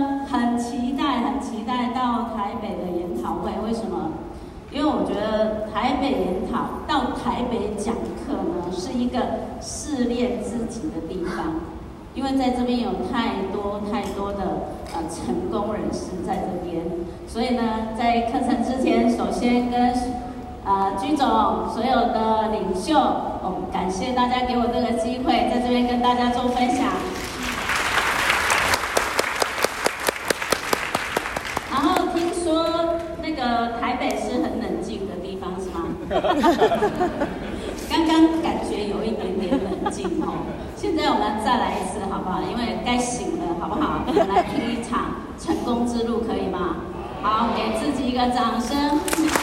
很期待到台北的研讨会。为什么？因为我觉得台北研讨到台北讲课呢，是一个试炼自己的地方。因为在这边有太多的成功人士在这边，所以呢，在课程之前，首先跟居总所有的领袖，感谢大家给我这个机会，在这边跟大家做分享。然后听说那个台北是很冷静的地方，是吗？刚刚感觉有一点点冷静哦，现在我们再来一次好不好？因为该醒了，好不好？我们来听一场成功之路，可以吗？好，给自己一个掌声。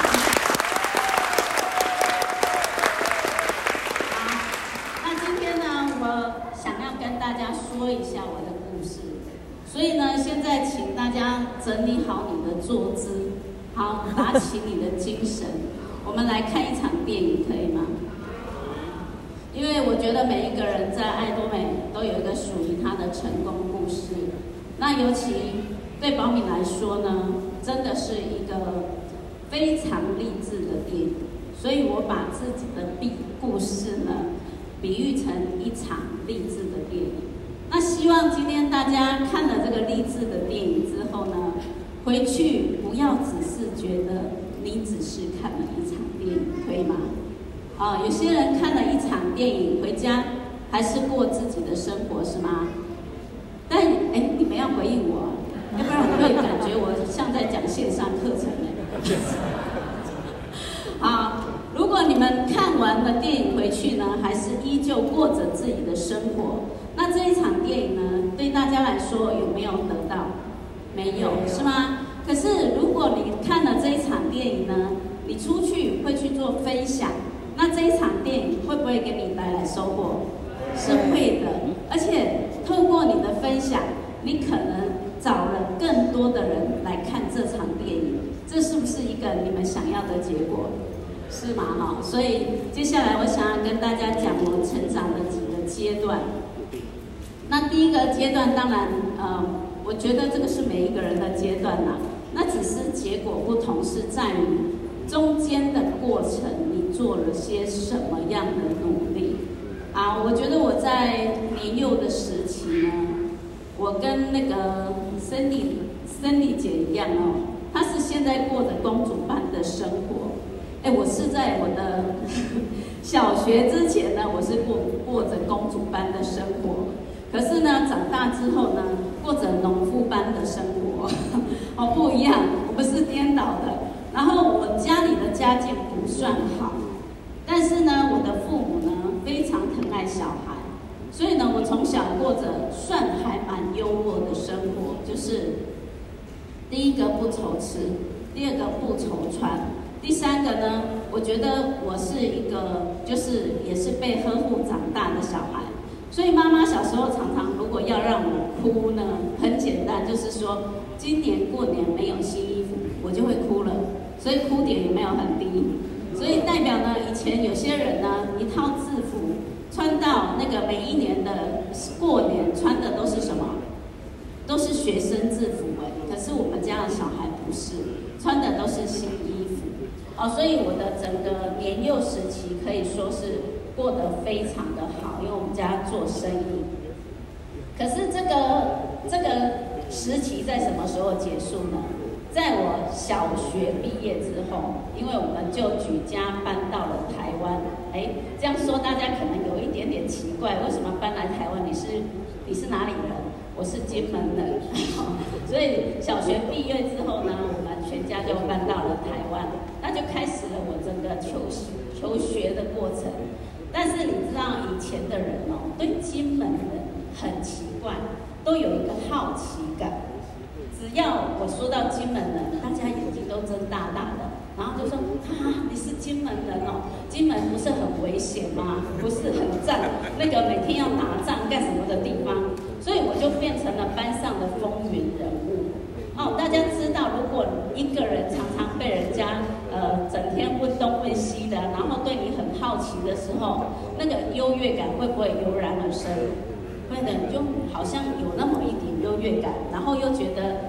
好，那今天呢，我想要跟大家说一下我的故事，所以呢，现在请大家整理好你的坐姿，好，打起你的精神，我们来看一场电影，可以吗？因为我觉得每一个人在爱多美都有一个属于他的成功故事，那尤其对宝敏来说呢，真的是一个非常励志的电影，所以我把自己的故事呢，比喻成一场励志的电影。那希望今天大家看了这个励志的电影之后呢，回去不要只是觉得你只是看了一场电影，可以吗？有些人看了一场电影回家还是过自己的生活，是吗？但你们要回应我，要不然我会感觉我像在讲线上课程好，如果你们看完了电影回去呢，还是依旧过着自己的生活，那这一场电影呢，对大家来说有没有得到？没有，是吗？可是如果你看了这一场电影呢，你出去会去做分享。那这一场电影会不会给你带来收获？是会的，而且透过你的分享，你可能找了更多的人来看这场电影，这是不是一个你们想要的结果？是吗？所以接下来我想要跟大家讲我成长的几个阶段。那第一个阶段，当然，我觉得这个是每一个人的阶段啦，那只是结果不同，是在于中间的过程，你做了些什么样的努力？我觉得我在年幼的时期呢，我跟那个森丽姐一样哦，她是现在过着公主般的生活。我是在我的小学之前呢，我是过着公主般的生活。可是呢，长大之后呢，过着农妇般的生活，不一样，我们是颠倒的。然后我家里的家境不算好，但是呢，我的父母呢非常疼爱小孩，所以呢，我从小过着算还蛮优渥的生活，就是第一个不愁吃，第二个不愁穿，第三个呢，我觉得我是一个就是也是被呵护长大的小孩，所以妈妈小时候常常如果要让我哭呢，很简单，就是说今年过年没有新衣服，我就会哭了。所以哭点也没有很低，所以代表呢，以前有些人呢，一套制服穿到那个每一年的过年穿的都是什么？都是学生制服可是我们家的小孩不是，穿的都是新衣服所以我的整个年幼时期可以说是过得非常的好，因为我们家做生意。可是这个时期在什么时候结束呢？在我小学毕业之后，因为我们就举家搬到了台湾。这样说大家可能有一点点奇怪，为什么搬来台湾？你是哪里人？我是金门人。所以小学毕业之后呢，我们全家就搬到了台湾，那就开始了我整个求学的过程。但是你知道以前的人对金门人很奇怪，都有一个好奇感。只要我说到金门人，大家眼睛都睁大大的，然后就说你是金门人金门不是很危险吗？不是很赞，那个每天要打仗干什么的地方，所以我就变成了班上的风云人物。大家知道，如果一个人常常被人家整天问东问西的，然后对你很好奇的时候，那个优越感会不会油然而生？会的，你就好像有那么一点优越感，然后又觉得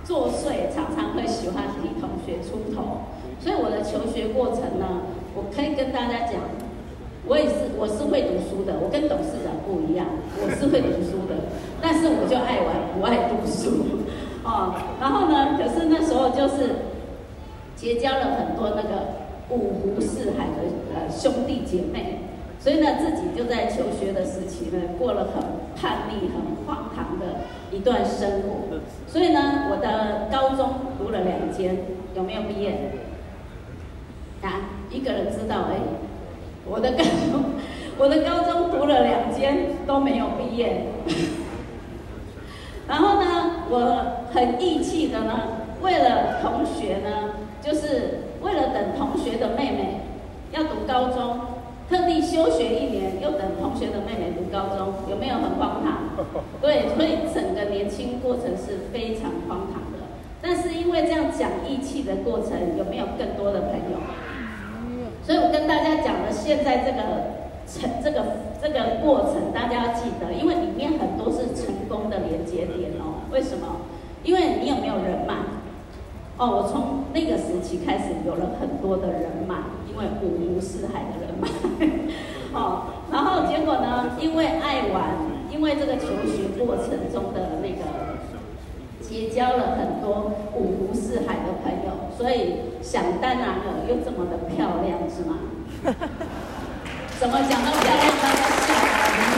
作祟，常常会喜欢替同学出头。所以我的求学过程呢，我可以跟大家讲，我是会读书的，我跟董事长不一样，我是会读书的，但是我就爱玩，不爱读书。然后呢，可是那时候就是结交了很多那个五湖四海的兄弟姐妹，所以呢，自己就在求学的时期呢，过了很叛逆、很荒唐的一段生活。所以呢，我的高中读了2间，有没有毕业？一个人知道而已。我的高中读了2间都没有毕业。然后呢，我很义气的呢，为了同学呢，就是为了等同学的妹妹要读高中，特地休学1年，又等同学的妹妹读高中，有没有很荒唐？对，所以整个年轻过程是非常荒唐的。但是因为这样讲义气的过程，有没有更多的朋友？所以我跟大家讲的现在这个过程，大家要记得，因为里面很多是成功的连接点哦。为什么？因为你有没有人脉？我从那个时期开始有了很多的人脉，因为五湖四海的人脉。然后结果呢，因为爱玩，因为这个求学过程中的那个结交了很多五湖四海的朋友，所以想当然了，又这么的漂亮，是吗？怎么讲到漂亮，大家笑了？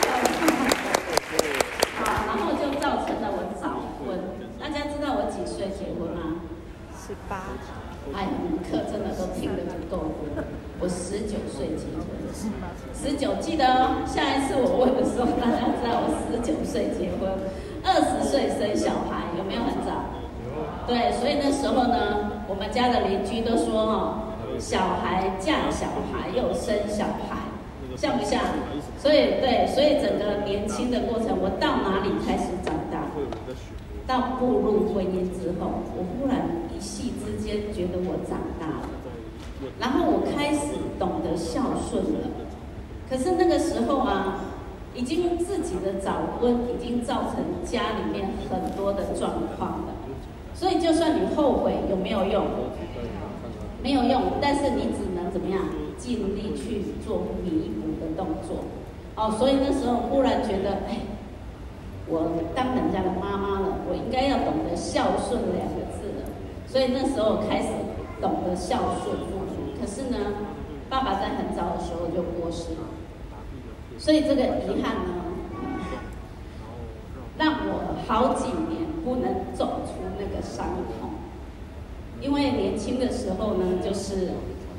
然后就造成了我早婚。大家知道我几岁结婚吗？18。哎，你们课真的都听得不够多。我19岁结婚，19记得哦。下一次我问的时候，大家知道我19岁结婚，20岁生小孩，有没有很早？对，所以那时候呢，我们家的邻居都说小孩嫁小孩又生小孩，像不像？所以整个年轻的过程，我到哪里开始长大？到步入婚姻之后，我忽然一夕之间觉得我长大了，然后我开始懂得孝顺了。可是那个时候啊，已经自己的早婚已经造成家里面很多的状况了。所以就算你后悔，有没有用？没有用，但是你只能怎么样？尽力去做弥补的动作。所以那时候忽然觉得，我当人家的妈妈了，我应该要懂得孝顺2个字了。所以那时候开始懂得孝顺父母。可是呢，爸爸在很早的时候就过世了，所以这个遗憾呢，让我好几年不能走出那个伤痛。因为年轻的时候呢，就是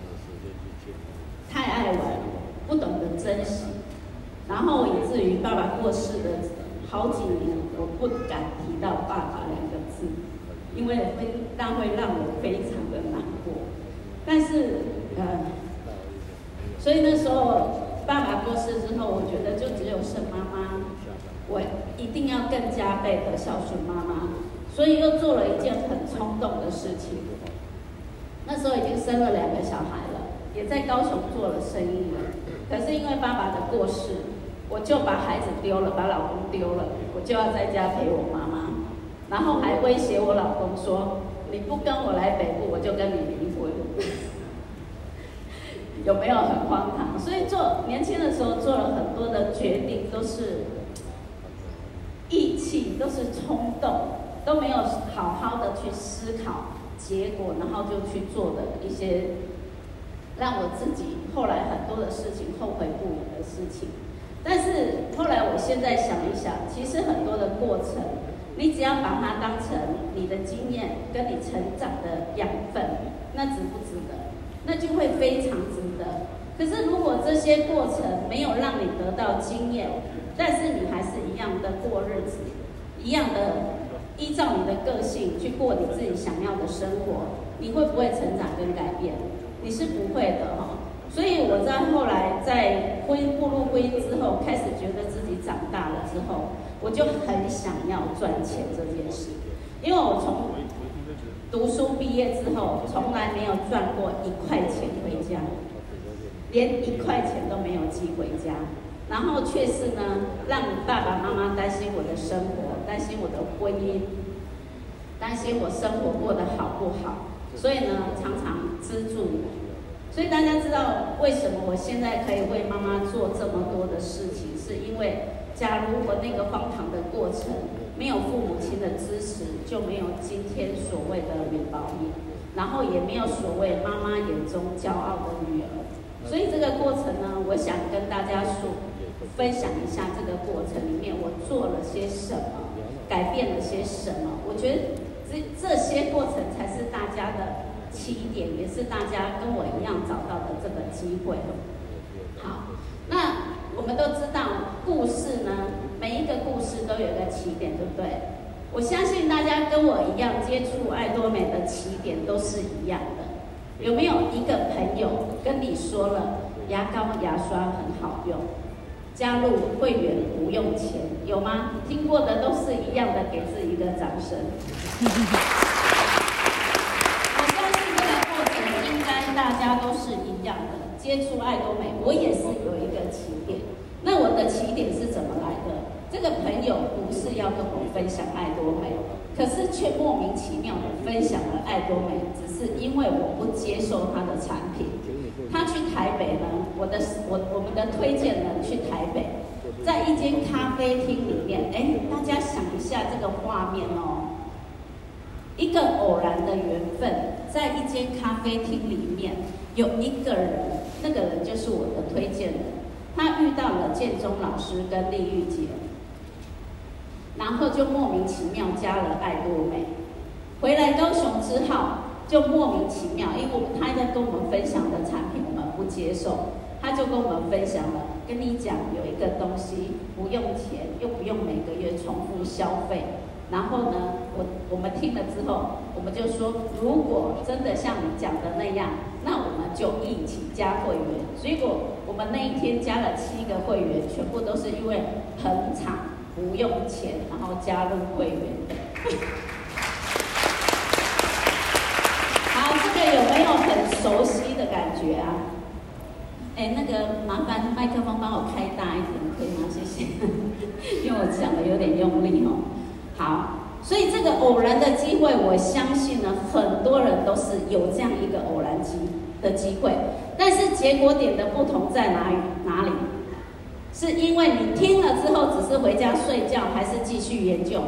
太爱玩，不懂得珍惜，然后以至于爸爸过世的好几年，我不敢提到爸爸2个字，因为会让我非常的难过。但是所以那时候爸爸过世之后，我觉得就只有剩妈妈，我一定要更加倍的孝顺妈妈，所以又做了一件很冲动的事情。那时候已经生了2个小孩了，也在高雄做了生意了。可是因为爸爸的过世，我就把孩子丢了，把老公丢了，我就要在家陪我妈妈，然后还威胁我老公说：“你不跟我来北部，我就跟你离婚。”有没有很荒唐？所以年轻的时候做了很多的决定，都是义气，都是冲动，都没有好好的去思考结果，然后就去做的一些让我自己后来很多的事情后悔不已的事情。但是后来我现在想一想，其实很多的过程，你只要把它当成你的经验跟你成长的养分，那值不值得？那就会非常值得。可是如果这些过程没有让你得到经验，但是你还是一样的过日子，一样的依照你的个性去过你自己想要的生活，你会不会成长跟改变？你是不会的哈。所以我在后来在步入婚姻之后，开始觉得自己长大了之后，我就很想要赚钱这件事，因为我从读书毕业之后，从来没有赚过1块钱回家，连1块钱都没有寄回家。然后却是呢，让爸爸妈妈担心我的生活，担心我的婚姻。 担心我生活过得好不好，所以呢，常常资助我。所以大家知道为什么我现在可以为妈妈做这么多的事情，是因为假如我那个荒唐的过程没有父母亲的支持，就没有今天所谓的元宝米，然后也没有所谓妈妈眼中骄傲的女儿。所以这个过程呢，我想跟大家分享一下这个过程里面我做了些什么，改变了些什么。我觉得这些过程才是大家的起点，也是大家跟我一样找到的这个机会。好，那我们都知道故事呢，每一个故事都有一个起点，对不对？我相信大家跟我一样接触爱多美的起点都是一样的。有没有一个朋友跟你说了牙膏牙刷很好用，加入会员不用钱，有吗？听过的都是一样的，给自己一个掌声。我相信这个过程应该大家都是一样的，接触爱多美，我也是有一个起点。那我的起点是怎么来的？这个朋友不是要跟我分享爱多美，可是却莫名其妙的分享了爱多美，只是因为我不接受他的产品。他去台北呢，我们的推荐人去台北，在一间咖啡厅里面，大家想一下这个画面哦，一个偶然的缘分，在一间咖啡厅里面有一个人，那个人就是我的推荐人，他遇到了建中老师跟丽玉姐。然后就莫名其妙加了爱多美，回来高雄之后就莫名其妙，因为他在跟我们分享的产品我们不接受，他就跟我们分享了，跟你讲有一个东西不用钱，又不用每个月重复消费。然后呢，我们听了之后，我们就说，如果真的像你讲的那样，那我们就一起加会员。结果我们那一天加了7个会员，全部都是因为捧场。不用钱，然后加入会员的。好，这个有没有很熟悉的感觉啊？那个麻烦麦克风帮我开大一点，可以吗？谢谢，因为我讲的有点用力哦。好，所以这个偶然的机会，我相信呢，很多人都是有这样一个偶然的机会，但是结果点的不同在哪里？是因为你听了之后只是回家睡觉，还是继续研究？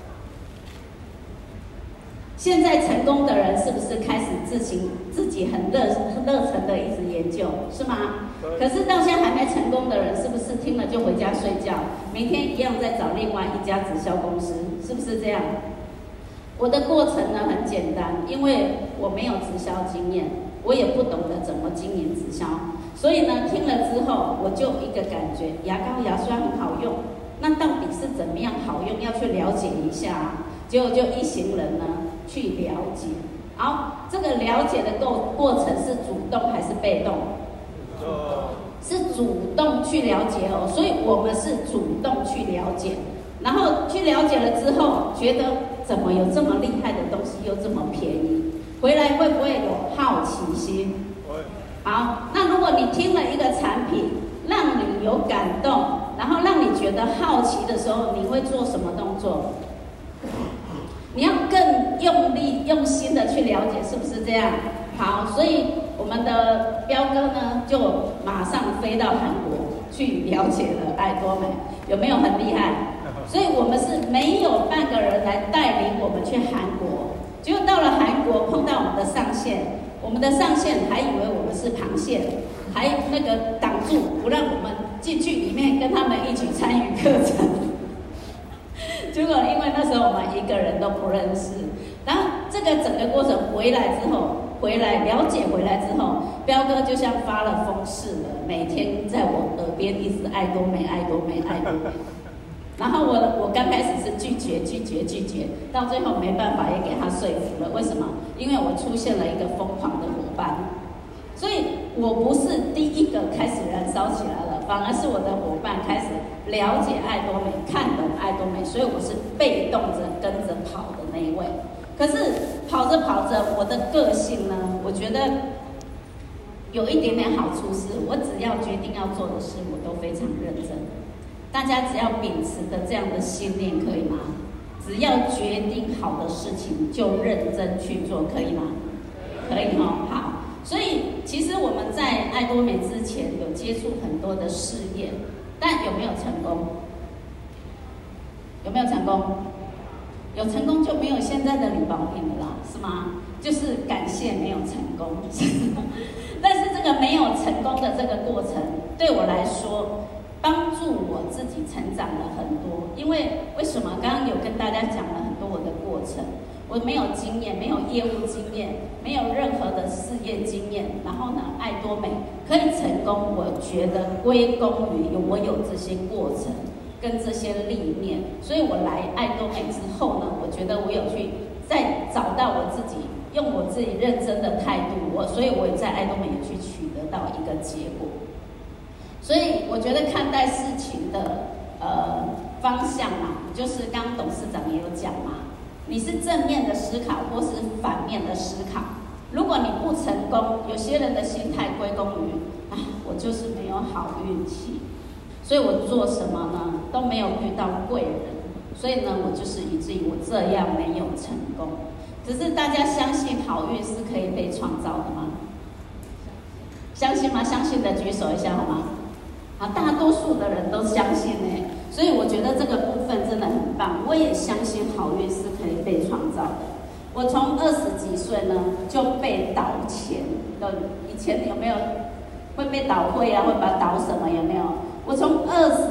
现在成功的人是不是开始自己很热忱的一直研究，是吗？可是到现在还没成功的人，是不是听了就回家睡觉，明天一样再找另外一家直销公司，是不是这样？我的过程呢很简单，因为我没有直销经验，我也不懂得怎么经营直销。所以呢，听了之后，我就一个感觉，牙膏牙刷很好用，那到底是怎么样好用？要去了解一下啊。结果就一行人呢去了解。好，这个了解的过程是主动还是被动？是主动去了解哦。所以我们是主动去了解，然后去了解了之后，觉得怎么有这么厉害的东西又这么便宜？回来会不会有好奇心？好，那如果你听了一个产品，让你有感动，然后让你觉得好奇的时候，你会做什么动作？你要更用力、用心的去了解，是不是这样？好，所以我们的彪哥呢，就马上飞到韩国去了解了爱多美，有没有很厉害？所以我们是没有半个人来带领我们去韩国，结果到了韩国碰到我们的上线。我们的上线还以为我们是螃蟹，还那个挡住不让我们进去里面跟他们一起参与课程。结果因为那时候我们一个人都不认识，然后这个整个过程回来之后，了解回来之后，彪哥就像发了疯似的，每天在我耳边一直爱多美，爱多美，爱多美。然后我刚开始是拒绝，到最后没办法也给他说服了。为什么？因为我出现了一个疯狂的伙伴，所以我不是第一个开始燃烧起来了，反而是我的伙伴开始了解爱多美，看懂爱多美，所以我是被动着跟着跑的那一位。可是跑着，我的个性呢，我觉得有一点点好处是，我只要决定要做的事，我都非常认真。大家只要秉持的这样的信念，可以吗？ 只要决定好的事情就认真去做，可以吗？可以哦，好。所以其实我们在爱多美之前有接触很多的事业，但有没有成功？有没有成功？有成功就没有现在的李宝平了啦，是吗？就是感谢没有成功。但是这个没有成功的这个过程，对我来说，帮助我自己成长了很多。因为什么？刚刚有跟大家讲了很多我的过程，我没有经验，没有业务经验，没有任何的事业经验。然后呢，爱多美可以成功，我觉得归功于我有这些过程跟这些历练。所以我来爱多美之后呢，我觉得我有去再找到我自己，用我自己认真的态度，所以我也在爱多美也去取得到一个结果。所以我觉得看待事情的方向嘛，就是刚刚董事长也有讲嘛，你是正面的思考或是反面的思考。如果你不成功，有些人的心态归功于我就是没有好运气，所以我做什么呢都没有遇到贵人，所以呢我就是以至于我这样没有成功。只是大家相信好运是可以被创造的吗？相信吗？相信的举手一下好吗？好，大多数的人都相信呢，所以我觉得这个部分真的很棒。我也相信好运是可以被创造的。我从20几岁呢就被倒钱的，以前有没有会被倒会啊？会把倒什么？有没有？我从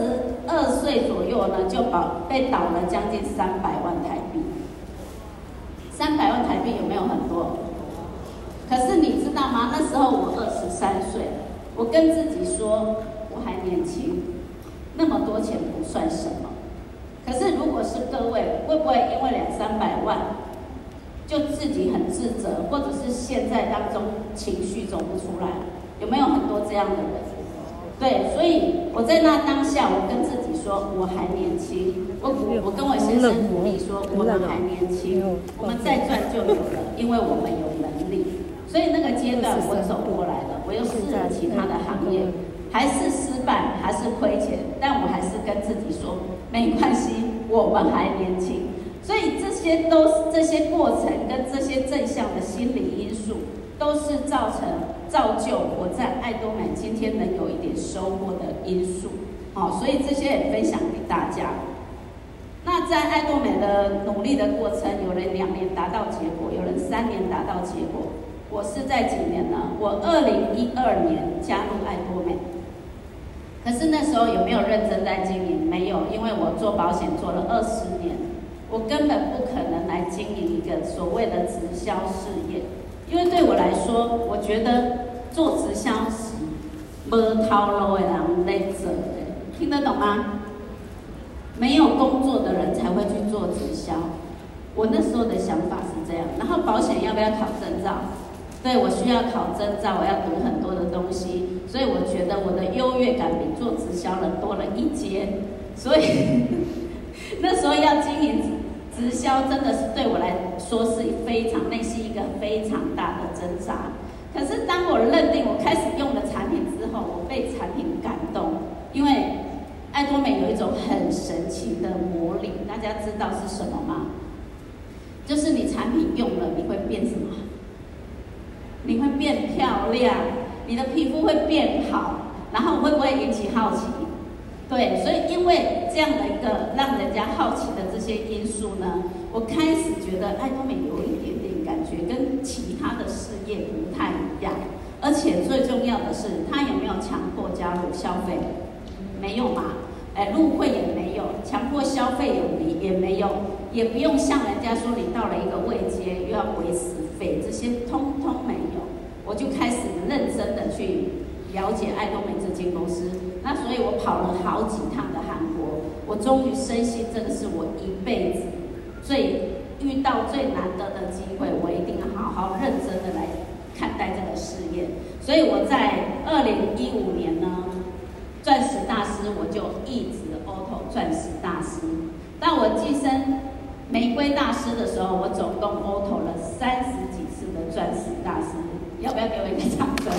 22岁左右呢就被倒了将近300万台币。300万台币有没有很多？可是你知道吗？那时候我23岁，我跟自己说我还年轻，那么多钱不算什么。可是如果是各位，会不会因为200-300万就自己很自责，或者是现在当中情绪走不出来？有没有很多这样的人？对，所以我在那当下，我跟自己说我还年轻，我跟我先生鼓励说我们还年轻，我们再赚就有了，因为我们有能力。所以那个阶段我走过来了，我又试了其他的行业，还是失败，还是亏钱，但我还是跟自己说没关系，我们还年轻。所以这些过程跟这些正向的心理因素，都是造就我在爱多美今天能有一点收获的因素。好，所以这些也分享给大家。那在爱多美的努力的过程，有人2年达到结果，有人3年达到结果。我是在几年呢？我2012年加入爱多美，可是那时候有没有认真在经营？没有，因为我做保险做了20年，我根本不可能来经营一个所谓的直销事业。因为对我来说，我觉得做直销是没头路的人在做的，听得懂吗？没有工作的人才会去做直销。我那时候的想法是这样。然后保险要不要考证照？对，我需要考证照，我要读很多的东西，所以我觉得我的优越感比做直销人多了一阶。所以那时候要经营直销真的是对我来说是内心一个非常大的挣扎。可是当我认定我开始用了产品之后，我被产品感动，因为爱多美有一种很神奇的魔力，大家知道是什么吗？就是你产品用了，你会变什么？你会变漂亮，你的皮肤会变好，然后会不会引起好奇？对，所以因为这样的一个让人家好奇的这些因素呢，我开始觉得爱多美有一点点感觉跟其他的事业不太一样，而且最重要的是，它有没有强迫加入消费？没有嘛，入会也没有，强迫消费也没有，也不用像人家说你到了一个位阶又要维持费，这些通通没有。我就开始认真的去了解爱多美这间公司，那所以我跑了好几趟的韩国，我终于深信这个是我一辈子遇到最难得的机会，我一定要好好认真的来看待这个事业。所以我在2015年呢，钻石大师我就一直 auto 钻石大师。当我晋升玫瑰大师的时候，我总共 auto 了30几次的钻石大师。要不要给我一个掌声？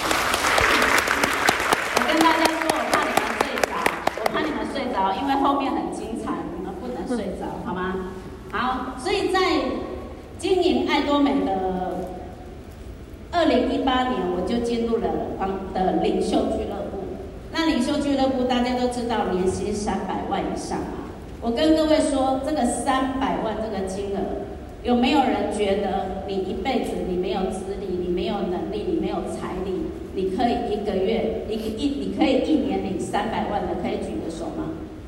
我跟大家说，我怕你们睡着，因为后面很精彩，你们不能睡着，好吗？ 多美的2018年，我就进入了领袖俱乐部。那领袖俱乐部大家都知道，年薪300万以上啊。我跟各位说，这个300万这个金额，有没有人觉得你一辈子你没有资历，你没有能力，你没有财力，你可以一个月你可以1年领300万的，可以举个手吗？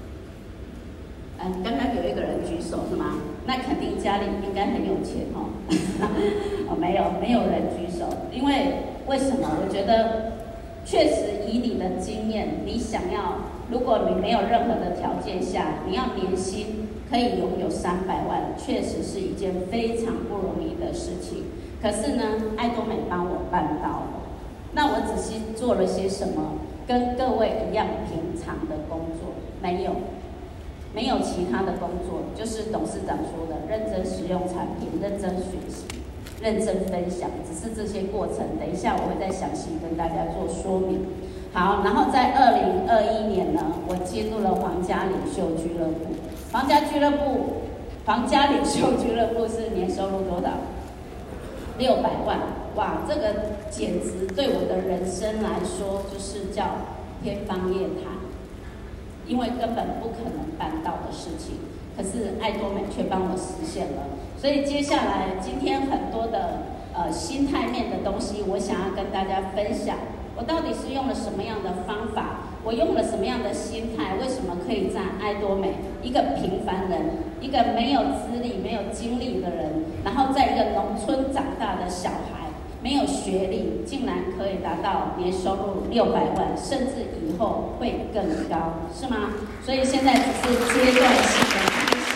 刚刚有一个人举手是吗？那肯定家里应该很有钱哦。没有人举手，因为什么？我觉得确实以你的经验，你想要，如果你没有任何的条件下，你要年薪可以拥有300万，确实是一件非常不容易的事情。可是呢，爱多美帮我办到了。那我只是做了些什么？跟各位一样平常的工作？没有其他的工作，就是董事长说的，认真使用产品，认真学习，认真分享，只是这些过程，等一下我会再详细跟大家做说明。好，然后在2021年呢，我进入了皇家领袖俱乐部。皇家领袖俱乐部是年收入多少？600万，哇，这个简直对我的人生来说，就是叫天方夜谭。因为根本不可能办到的事情，可是爱多美却帮我实现了。所以接下来今天很多的心态面的东西，我想要跟大家分享。我到底是用了什么样的方法？我用了什么样的心态？为什么可以在爱多美，一个平凡人，一个没有资历、没有经历的人，然后在一个农村长大的小孩，没有学历，竟然可以达到年收入600万，甚至以后会更高，是吗？所以现在只是阶段性的开始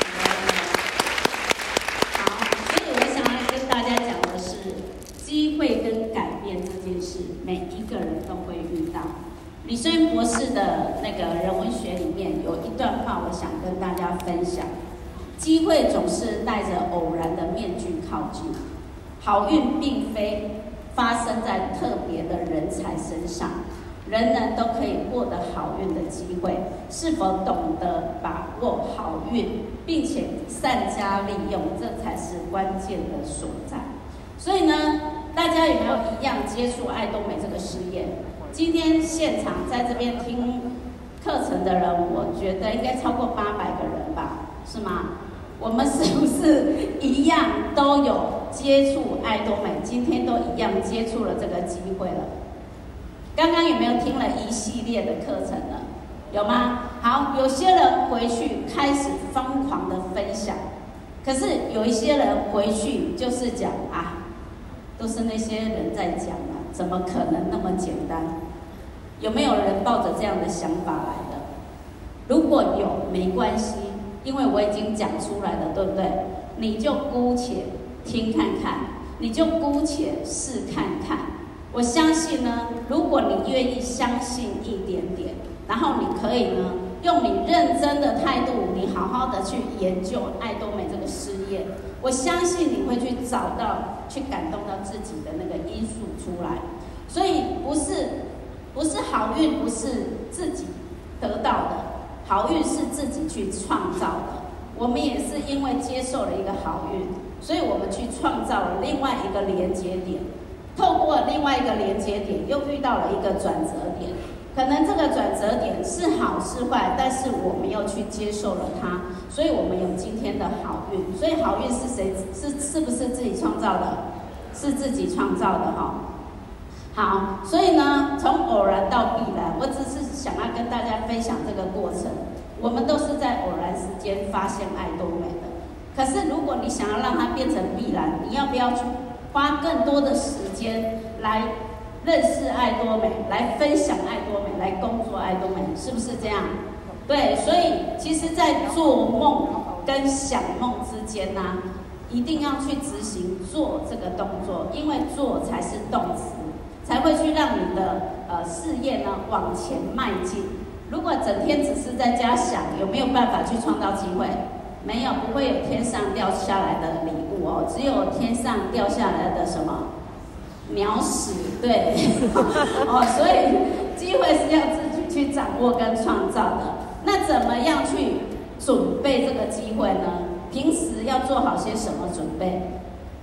好，所以我想要跟大家讲的是，机会跟改变这件事，每一个人都会遇到。李圣渊博士的那个人文学里面有一段话，我想跟大家分享：机会总是戴着偶然的面具靠近。好运并非发生在特别的人才身上，人人都可以获得好运的机会。是否懂得把握好运，并且善加利用，这才是关键的所在。所以呢，大家有没有一样接触爱多美这个事业？今天现场在这边听课程的人，我觉得应该超过800个人吧，是吗？我们是不是一样都有接触爱多美？今天都一样接触了这个机会了。刚刚有没有听了一系列的课程了？有吗？好，有些人回去开始疯狂的分享，可是有一些人回去就是讲啊，都是那些人在讲啊，怎么可能那么简单？有没有人抱着这样的想法来的？如果有，没关系。因为我已经讲出来了，对不对？你就姑且听看看，你就姑且试看看。我相信呢，如果你愿意相信一点点，然后你可以呢，用你认真的态度，你好好的去研究爱多美这个事业，我相信你会去找到，去感动到自己的那个因素出来。所以不是好运，不是自己得到的。好运是自己去创造的，我们也是因为接受了一个好运，所以我们去创造了另外一个连接点，透过另外一个连接点，又遇到了一个转折点。可能这个转折点是好是坏，但是我们又去接受了它，所以我们有今天的好运。所以好运是谁？是不是自己创造的？是自己创造的哈。好，所以呢，从偶然到必然，我只是想要跟大家分享这个过程。我们都是在偶然时间发现爱多美的。可是如果你想要让它变成必然，你要不要去花更多的时间来认识爱多美，来分享爱多美，来工作爱多美，是不是这样？对，所以其实在做梦跟想梦之间呢，一定要去执行做这个动作，因为做才是动词，才会去让你的事业呢往前迈进。如果整天只是在家想，有没有办法去创造机会？没有，不会有天上掉下来的礼物哦，只有天上掉下来的什么鸟屎，对，哦，所以机会是要自己去掌握跟创造的。那怎么样去准备这个机会呢？平时要做好些什么准备？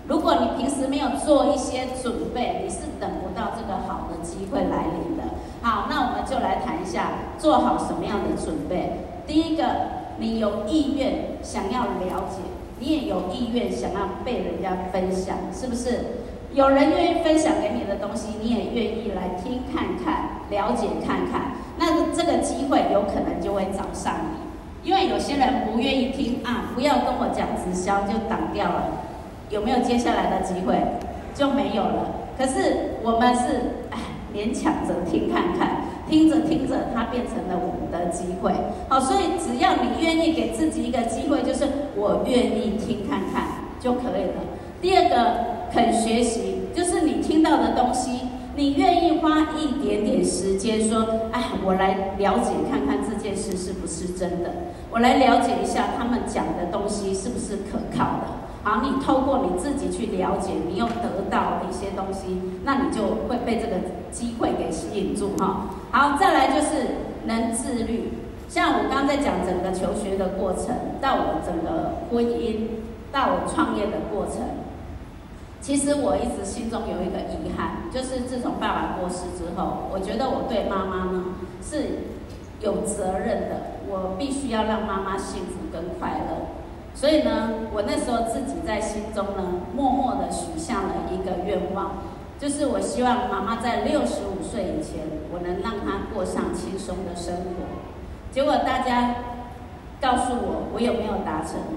如果你平时没有做一些准备，你是等不到这个好的机会来临的。好，那我们就来谈一下做好什么样的准备。第一个，你有意愿想要了解，你也有意愿想要被人家分享，是不是？有人愿意分享给你的东西，你也愿意来听看看，了解看看，那这个机会有可能就会找上你。因为有些人不愿意听啊，不要跟我讲直销就挡掉了，有没有接下来的机会？就没有了。可是我们是勉强着听看看，听着听着，它变成了我们的机会。好，所以只要你愿意给自己一个机会，就是我愿意听看看就可以了。第二个，肯学习，就是你听到的东西，你愿意花一点点时间说，我来了解看看这件事是不是真的，我来了解一下他们讲的东西是不是可靠的。好，你透过你自己去了解，你又得到了一些东西，那你就会被这个机会给吸引住哈。好，再来就是能自律。像我刚刚在讲整个求学的过程，到我整个婚姻，到我创业的过程，其实我一直心中有一个遗憾，就是自从爸爸过世之后，我觉得我对妈妈呢是有责任的，我必须要让妈妈幸福跟快乐。所以呢，我那时候自己在心中呢，默默的许下了一个愿望，就是我希望妈妈在65岁以前，我能让她过上轻松的生活。结果大家告诉我，我有没有达成？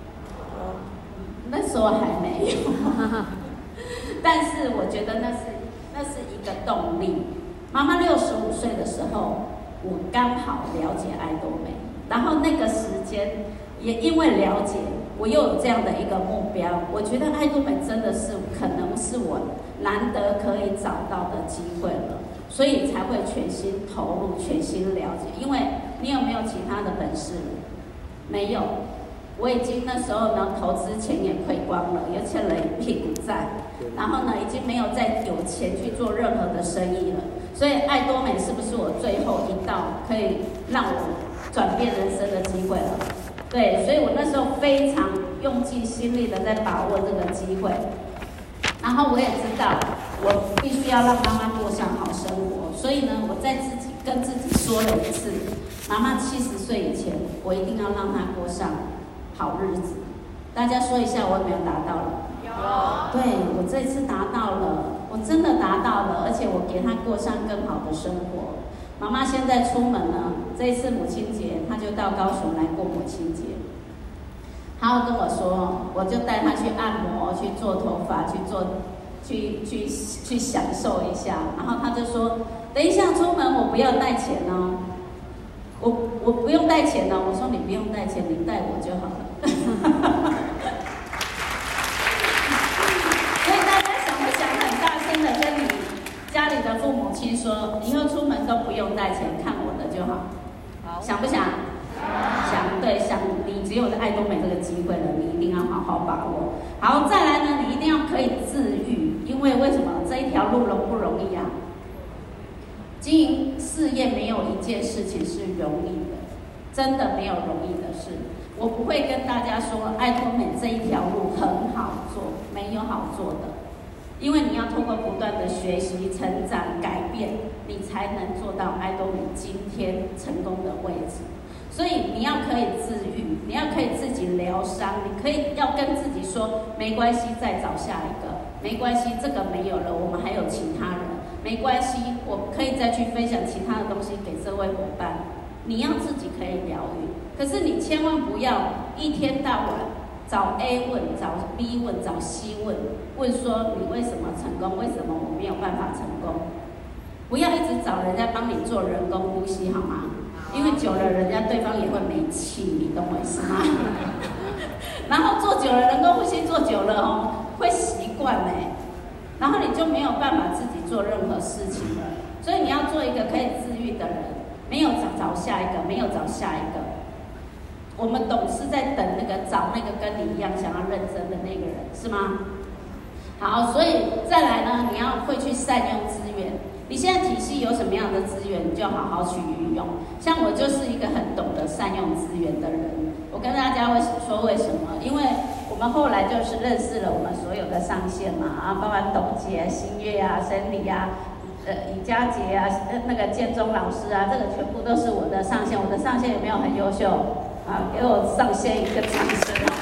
那时候还没有，但是我觉得那是一个动力。妈妈65岁的时候，我刚好了解爱多美，然后那个时间。也因为了解，我又有这样的一个目标，我觉得爱多美真的是可能是我难得可以找到的机会了，所以才会全心投入、全心了解。因为你有没有其他的本事？没有，我已经那时候呢，投资钱也亏光了，又欠了一屁股债，然后呢，已经没有再有钱去做任何的生意了。所以爱多美是不是我最后一道可以让我转变人生的机会了？对，所以我那时候非常用尽心力的在把握这个机会，然后我也知道我必须要让妈妈过上好生活，所以呢，我在跟自己说了一次，妈妈70岁以前，我一定要让她过上好日子。大家说一下，我有没有达到了？有。对，我这次达到了，我真的达到了，而且我给她过上更好的生活。妈妈现在出门呢，这一次母亲节，她就到高雄来过母亲节。她会跟我说，我就带她去按摩，去做头发，去享受一下。然后她就说，等一下出门我不要带钱哦，我不用带钱哦。我说你不用带钱，你带我就好了。所以大家想不想很大声的跟你家里的父母亲说，以后出门都不用带钱，看我的就好。好，想不想？想，对，想。你只有爱多美这个机会了，你一定要好好把握。好，再来呢，你一定要可以自愈，因为为什么这一条路容不容易啊？经营事业没有一件事情是容易的，真的没有容易的事。我不会跟大家说爱多美这一条路很好做，没有好做的。因为你要透过不断的学习、成长、改变，你才能做到爱多美今天成功的位置。所以你要可以自愈，你要可以自己疗伤，你可以要跟自己说，没关系，再找下一个，没关系，这个没有了，我们还有其他人，没关系，我可以再去分享其他的东西给这位伙伴。你要自己可以疗愈，可是你千万不要一天到晚找 A 问，找 B 问，找 C 问，问说你为什么成功，为什么我没有办法成功？不要一直找人家帮你做人工呼吸，好吗？因为久了，人家对方也会没气，你懂我意思吗？然后做久了，人工呼吸做久了哦，会习惯嘞，然后你就没有办法自己做任何事情了。所以你要做一个可以自愈的人，没有找下一个，没有找下一个。我们董事在等找那个跟你一样想要认真的那个人，是吗？好，所以再来呢，你要会去善用资源。你现在体系有什么样的资源，你就好好去运用。像我就是一个很懂得善用资源的人。我跟大家说为什么？因为我们后来就是认识了我们所有的上线嘛，啊，包含董姐、新月啊、森里啊、尹佳杰啊、那个建中老师啊，这个全部都是我的上线。我的上线有没有很优秀？啊，给我上线一个掌声啊！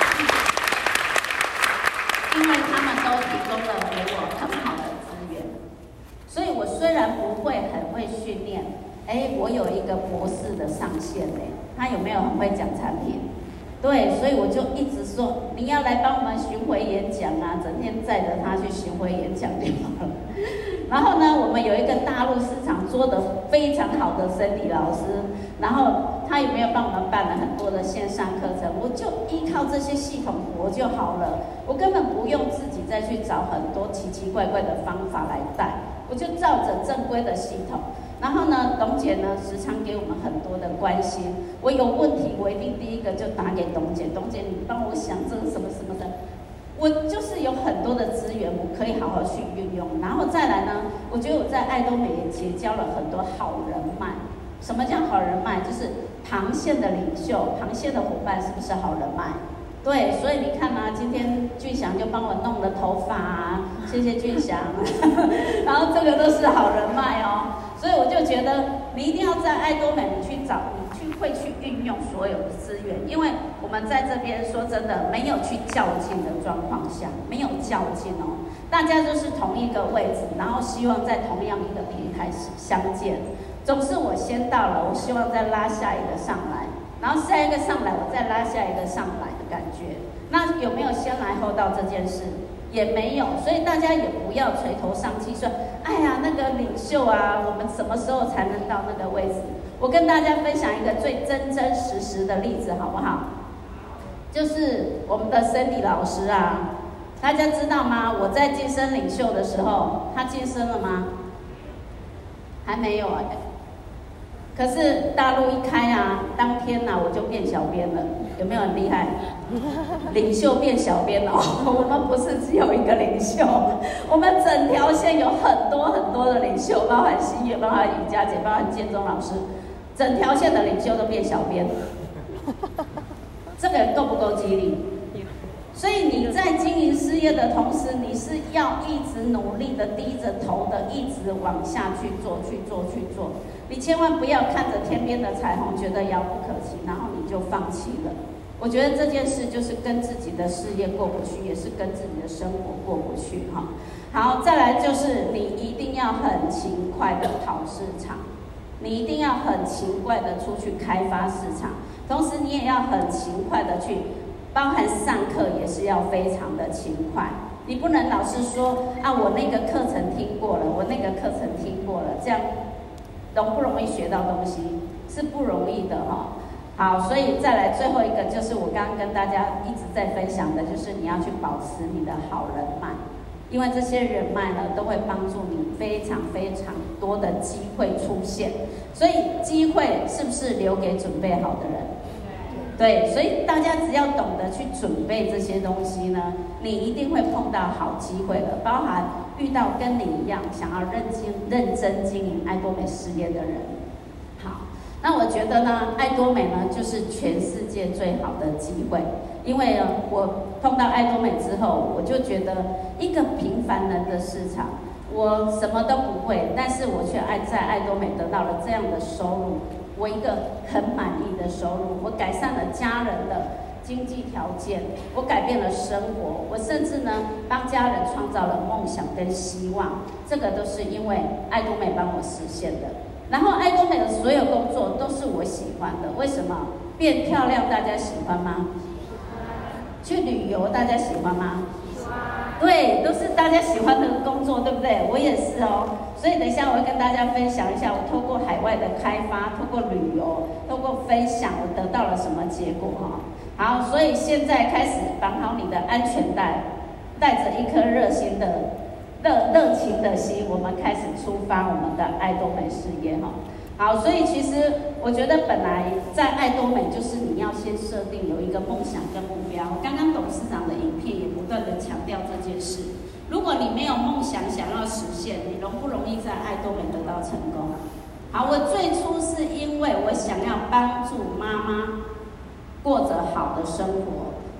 因为他们都提供了给我很好的资源，所以我虽然不会很会训练，我有一个博士的上线他有没有很会讲产品？对，所以我就一直说你要来帮我们巡回演讲啊，整天载着他去巡回演讲就好了。然后呢，我们有一个大陆市场做得非常好的森理老师，然后他有没有帮我们办了很多的线上课程？我就依靠这些系统活就好了，我根本不用自己再去找很多奇奇怪怪的方法来带，我就照着正规的系统。然后呢，董姐呢时常给我们很多的关心，我有问题我一定第一个就打给董姐，董姐你帮我想这个什么什么的，我就是有很多的资源，我可以好好去运用。然后再来呢，我觉得我在爱多美也结交了很多好人脉。什么叫好人脉？就是螃蟹的领袖、螃蟹的伙伴，是不是好人脉？对，所以你看啊，今天俊祥就帮我弄了头发啊，谢谢俊祥。然后这个都是好人脉哦。所以我就觉得你一定要在爱多美，你去找，你去会去运用所有的资源，因为我们在这边说真的，没有去较劲的状况下，没有较劲哦，大家都是同一个位置，然后希望在同样一个平台相见。总是我先到了，我希望再拉下一个上来，然后下一个上来，我再拉下一个上来的感觉。那有没有先来后到这件事？也没有，所以大家也不要垂头丧气说，哎呀，那个领袖啊，我们什么时候才能到那个位置？我跟大家分享一个最真真实实的例子，好不好？就是我们的森理老师啊，大家知道吗？我在晋升领袖的时候，他晋升了吗？还没有可是大陆一开啊，当天啊我就变小编了，有没有很厉害？领袖变小编哦，我们不是只有一个领袖，我们整条线有很多很多的领袖，包含新月，包含尹佳姐，包含建中老师，整条线的领袖都变小编，这个够不够激励？所以你在经营事业的同时，你是要一直努力的低着头的，一直往下去做，去做，去做。你千万不要看着天边的彩虹，觉得遥不可及，然后你就放弃了。我觉得这件事就是跟自己的事业过不去，也是跟自己的生活过不去哈。好，再来就是你一定要很勤快的跑市场，你一定要很勤快的出去开发市场，同时你也要很勤快的去。包含上课也是要非常的勤快，你不能老是说啊，我那个课程听过了，我那个课程听过了，这样容不容易学到东西？是不容易的哈。好，所以再来最后一个就是我刚刚跟大家一直在分享的，就是你要去保持你的好人脉，因为这些人脉呢都会帮助你非常非常多的机会出现，所以机会是不是留给准备好的人？对，所以大家只要懂得去准备这些东西呢，你一定会碰到好机会的，包含遇到跟你一样想要认真经营爱多美事业的人。好，那我觉得呢，爱多美呢就是全世界最好的机会，因为呢，我碰到爱多美之后，我就觉得一个平凡人的市场，我什么都不会，但是我却在爱多美得到了这样的收入。我一个很满意的收入，我改善了家人的经济条件，我改变了生活，我甚至呢帮家人创造了梦想跟希望，这个都是因为爱多美帮我实现的。然后爱多美的所有工作都是我喜欢的，为什么？变漂亮大家喜欢吗？去旅游大家喜欢吗？对，都是大家喜欢的工作，对不对？我也是哦。所以等一下我会跟大家分享一下，我透过海外的开发，透过旅游，透过分享，我得到了什么结果哈。好，所以现在开始绑好你的安全带，带着一颗热情的心，我们开始出发我们的爱多美事业哈。好，所以其实我觉得本来在爱多美就是你要先设定有一个梦想跟目标。刚刚董事长的影片也不断的强调这件事。如果你没有梦想想要实现，你容不容易在爱多美得到成功？好，我最初是因为我想要帮助妈妈过着好的生活，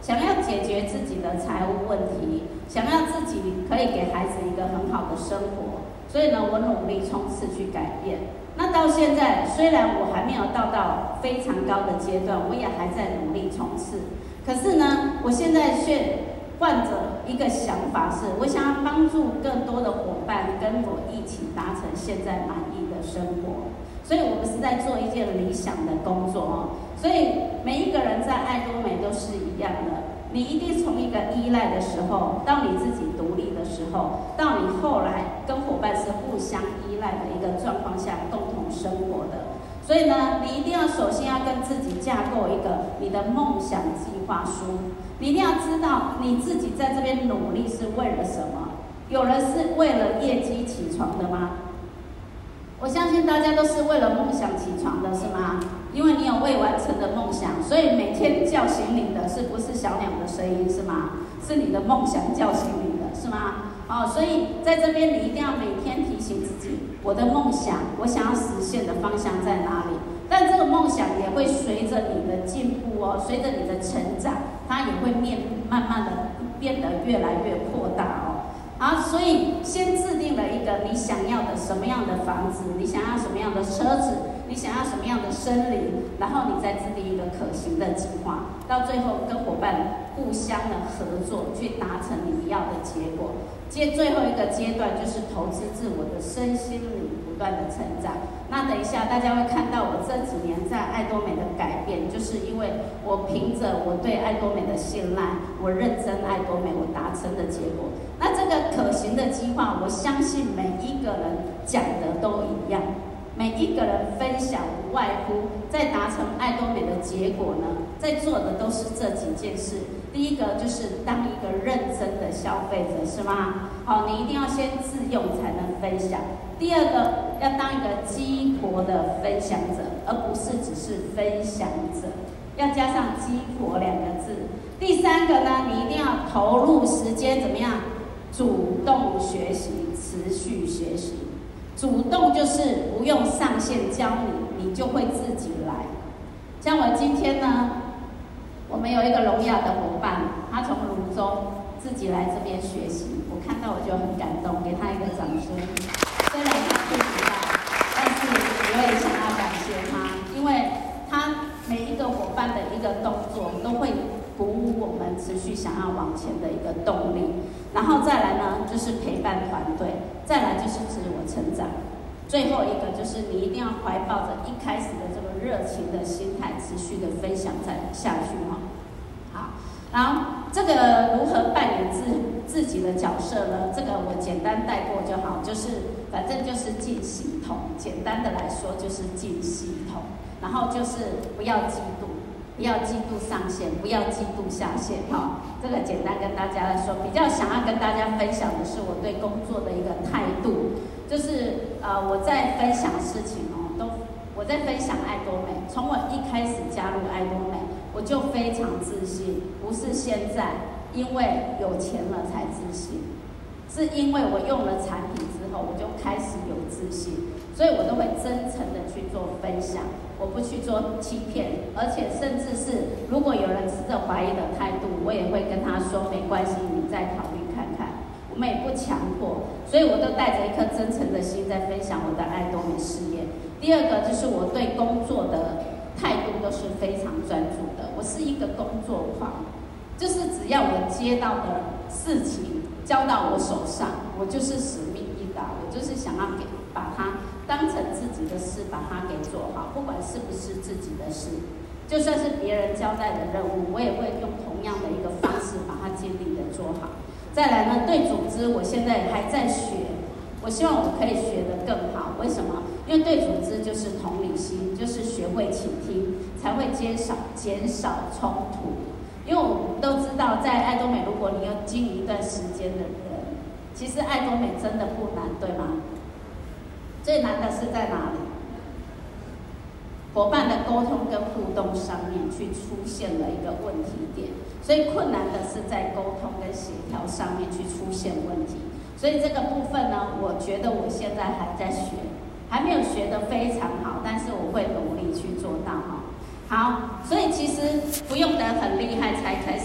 想要解决自己的财务问题，想要自己可以给孩子一个很好的生活，所以呢，我努力冲刺去改变。那到现在，虽然我还没有到非常高的阶段，我也还在努力冲刺。可是呢，我现在却换着一个想法是，我想要帮助更多的伙伴跟我一起达成现在满意的生活。所以我们是在做一件理想的工作哦。所以每一个人在爱多美都是一样的。你一定从一个依赖的时候，到你自己独立的时候，到你后来跟伙伴是互相依赖的一个状况下共同生活的。所以呢，你一定要首先要跟自己架构一个你的梦想计划书。你一定要知道你自己在这边努力是为了什么。有人是为了业绩起床的吗？我相信大家都是为了梦想起床的，是吗？因为你有未完成的梦想，所以每天叫醒你的是不是小鸟的声音，是吗？是你的梦想叫醒你的，是吗？所以在这边你一定要每天提醒自己，我的梦想，我想要实现的方向在哪里？但这个梦想也会随着你的进步哦，随着你的成长，它也会慢慢的变得越来越扩大哦。所以先制定了一个你想要的什么样的房子，你想要什么样的车子，你想要什么样的森林，然后你再制定一个可行的计划，到最后跟伙伴互相的合作，去达成你要的结果。最后一个阶段就是投资自我的身心灵不断的成长。那等一下大家会看到我这几年在爱多美的改变，就是因为我凭着我对爱多美的信赖，我认真爱多美，我达成的结果。那这个可行的计划，我相信每一个人讲的都一样，每一个人分享无外乎在达成爱多美的结果呢，在做的都是这几件事。第一个就是当一个认真的消费者，是吗？你一定要先自用才能分享。第二个，要当一个激活的分享者，而不是只是分享者，要加上激活2个字。第三个呢，你一定要投入时间，怎么样？主动学习，持续学习。主动就是不用上线教你，你就会自己来。像我今天呢，我们有一个聋哑的伙伴，他从泸州自己来这边学习，我看到我就很感动，给他一个掌声。虽然他不知道，但是我也想要感谢他，因为他每一个伙伴的一个动作都会鼓舞我们持续想要往前的一个动力。然后再来呢，就是陪伴团队，再来就是自我成长，最后一个就是你一定要怀抱着一开始的这个热情的心态，持续的分享下去哈。好，然后这个如何扮演自己的角色呢？这个我简单带过就好，就是反正就是进系统，简单的来说就是进系统，然后就是不要嫉妒。不要嫉妒上线，不要嫉妒下线这个简单跟大家来说，比较想要跟大家分享的是我对工作的一个态度，就是我在分享事情我在分享爱多美。从我一开始加入爱多美，我就非常自信，不是现在因为有钱了才自信，是因为我用了产品之后，我就开始有自信，所以我都会真诚的去做分享。我不去做欺骗，而且甚至是如果有人持着怀疑的态度，我也会跟他说没关系，你再考虑看看。我们也不强迫，所以我都带着一颗真诚的心在分享我的爱多美事业。第二个就是我对工作的态度都是非常专注的，我是一个工作狂，就是只要我接到的事情交到我手上，我就是使命必达，我就是想要把它当成自己的事，把它给做好，不管是不是自己的事，就算是别人交代的任务，我也会用同样的一个方式把它尽力的做好。再来呢，对组织我现在还在学，我希望我可以学得更好。为什么？因为对组织就是同理心，就是学会倾听，才会减少冲突。因为我们都知道，在爱多美，如果你要经营一段时间的人，其实爱多美真的不难，对吗？最难的是在哪里？伙伴的沟通跟互动上面去出现了一个问题点，所以困难的是在沟通跟协调上面去出现问题。所以这个部分呢，我觉得我现在还在学，还没有学得非常好，但是我会努力去做到好，所以其实不用得很厉害才开始，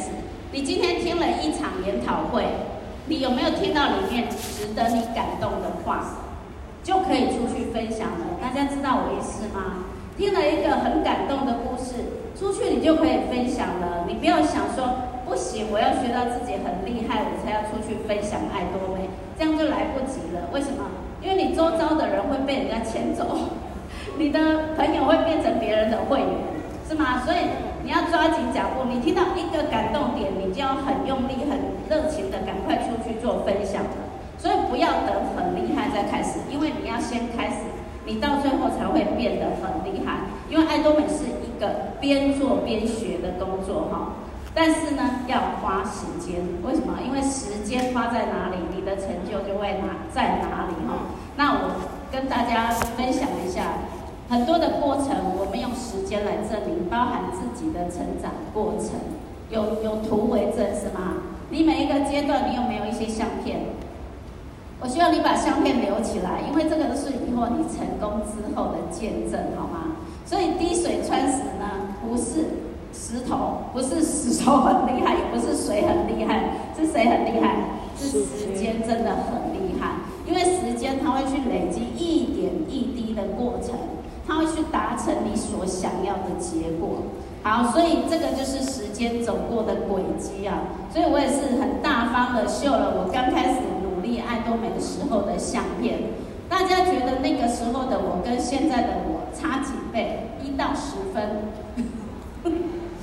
你今天听了一场研讨会，你有没有听到里面值得你感动的话？就可以出去分享了。大家知道我意思吗？听了一个很感动的故事，出去你就可以分享了。你不要想说不行，我要学到自己很厉害，我才要出去分享爱多美，这样就来不及了。为什么？因为你周遭的人会被人家牵走，你的朋友会变成别人的会员，是吗？所以你要抓紧脚步。你听到一个感动点，你就要很用力、很热情的赶快出去做分享了。所以不要等很厉害再开始，因为你要先开始，你到最后才会变得很厉害。因为爱多美是一个边做边学的工作哈，但是呢要花时间。为什么？因为时间花在哪里，你的成就就会在哪里哈。那我跟大家分享一下很多的过程，我们用时间来证明，包含自己的成长过程，有图为证是吗？你每一个阶段你有没有一些相片？我希望你把相片留起来，因为这个是以后你成功之后的见证，好吗？所以滴水穿石呢，不是石头，不是石头很厉害，也不是水很厉害，是谁很厉害？是时间真的很厉害，因为时间它会去累积一点一滴的过程，它会去达成你所想要的结果。好，所以这个就是时间走过的轨迹啊。所以我也是很大方的秀了我刚开始努力爱多美的时候的相片。大家觉得那个时候的我跟现在的我差几倍？1到10分。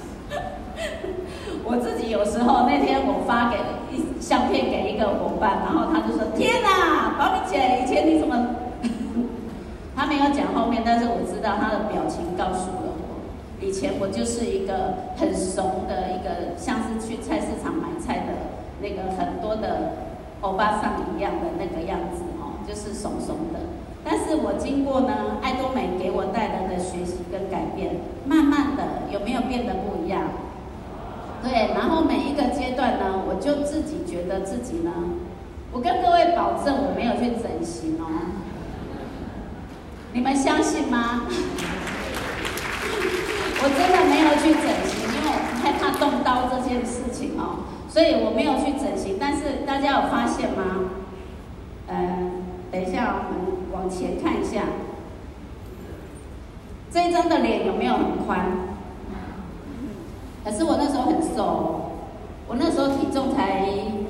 我自己有时候那天我发给相片给一个伙伴，然后他就说：“天哪，宝米姐，以前你怎么？”他没有讲后面，但是我知道他的表情告诉了我，以前我就是一个很怂的一个，像是去菜市场买菜的那个很多的欧巴桑一样的那个样子哦，就是怂怂的。但是我经过呢爱多美给我带来的学习跟改变，慢慢的有没有变得不一样？对，然后每一个阶段呢，我就自己觉得自己呢，我跟各位保证我没有去整形哦，你们相信吗？我真的没有去整形，因为我害怕动刀这件事情哦，所以我没有去整形。但是大家有发现吗？等一下我们往前看一下，这一张的脸有没有很宽？可是我那时候很瘦，我那时候体重才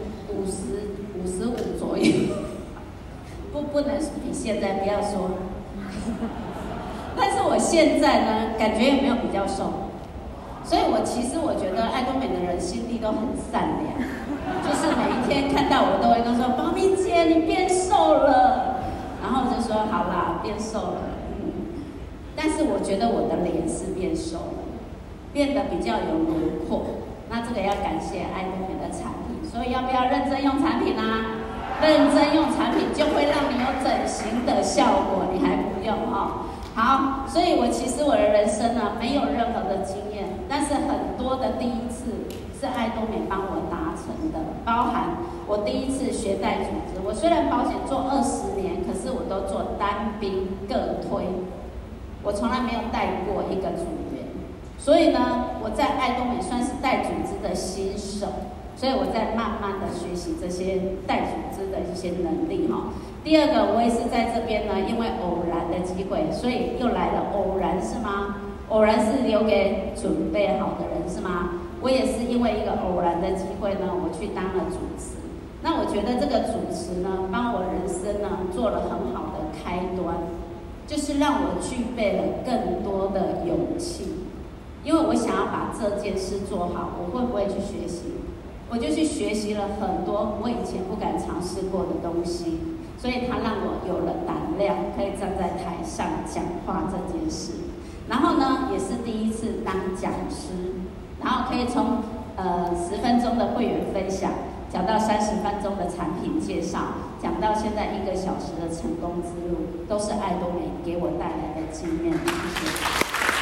55左右，不能比现在，不要说。但是我现在呢，感觉也没有比较瘦，所以其实我觉得爱多美的人心地都很善良，就是每一天看到我都会跟说：“宝米姐，你变瘦了。”然后我就说：“好啦，变瘦了。”但是我觉得我的脸是变瘦了。变得比较有轮廓，那这个要感谢爱多美的产品，所以要不要认真用产品啊？认真用产品就会让你有整形的效果，你还不用哦。好，所以其实我的人生呢没有任何的经验，但是很多的第一次是爱多美帮我达成的，包含我第一次学带组织。我虽然保险做20年，可是我都做单兵各推，我从来没有带过一个组员。所以呢，我在爱多美算是带组织的新手，所以我在慢慢的学习这些带组织的一些能力哈。第二个，我也是在这边呢，因为偶然的机会，所以又来了。偶然是吗？偶然是留给准备好的人是吗？我也是因为一个偶然的机会呢，我去当了主持。那我觉得这个主持呢，帮我人生呢做了很好的开端，就是让我具备了更多的勇气。因为我想要把这件事做好，我会不会去学习？我就去学习了很多我以前不敢尝试过的东西，所以它让我有了胆量，可以站在台上讲话这件事。然后呢，也是第一次当讲师，然后可以从10分钟的会员分享，讲到30分钟的产品介绍，讲到现在1个小时的成功之路，都是爱多美给我带来的经验。谢谢。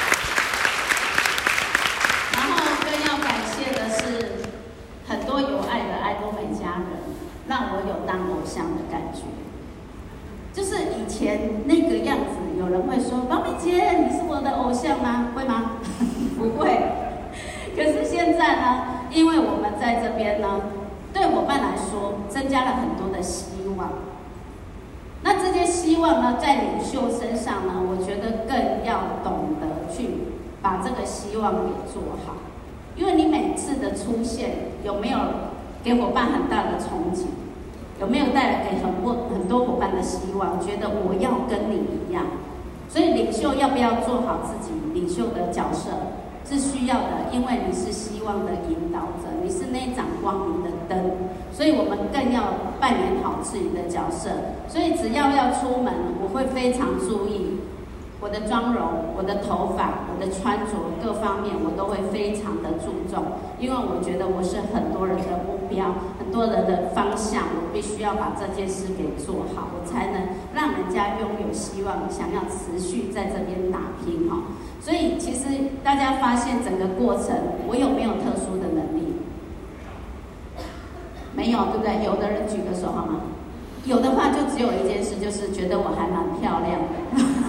很多有爱的爱多美家人，让我有当偶像的感觉。就是以前那个样子，有人会说：“宝米姐，你是我的偶像吗？”会吗？不会。可是现在呢，因为我们在在这边呢，对伙伴来说增加了很多的希望。那这些希望呢，在领袖身上呢，我觉得更要懂得去把这个希望给做好。因为你每次的出现，有没有给伙伴很大的憧憬？有没有带来给很多伙伴的希望？觉得我要跟你一样。所以领袖要不要做好自己领袖的角色，是需要的，因为你是希望的引导者，你是那盏光明的灯，所以我们更要扮演好自己的角色。所以只要出门，我会非常注意我的妆容、我的头发、我的穿着各方面，我都会非常的注重，因为我觉得我是很多人的目标，很多人的方向，我必须要把这件事给做好，我才能让人家拥有希望，想要持续在这边打拼哈。所以其实大家发现整个过程，我有没有特殊的能力？没有，对不对？有的人举个手好吗？有的话就只有一件事，就是觉得我还蛮漂亮的。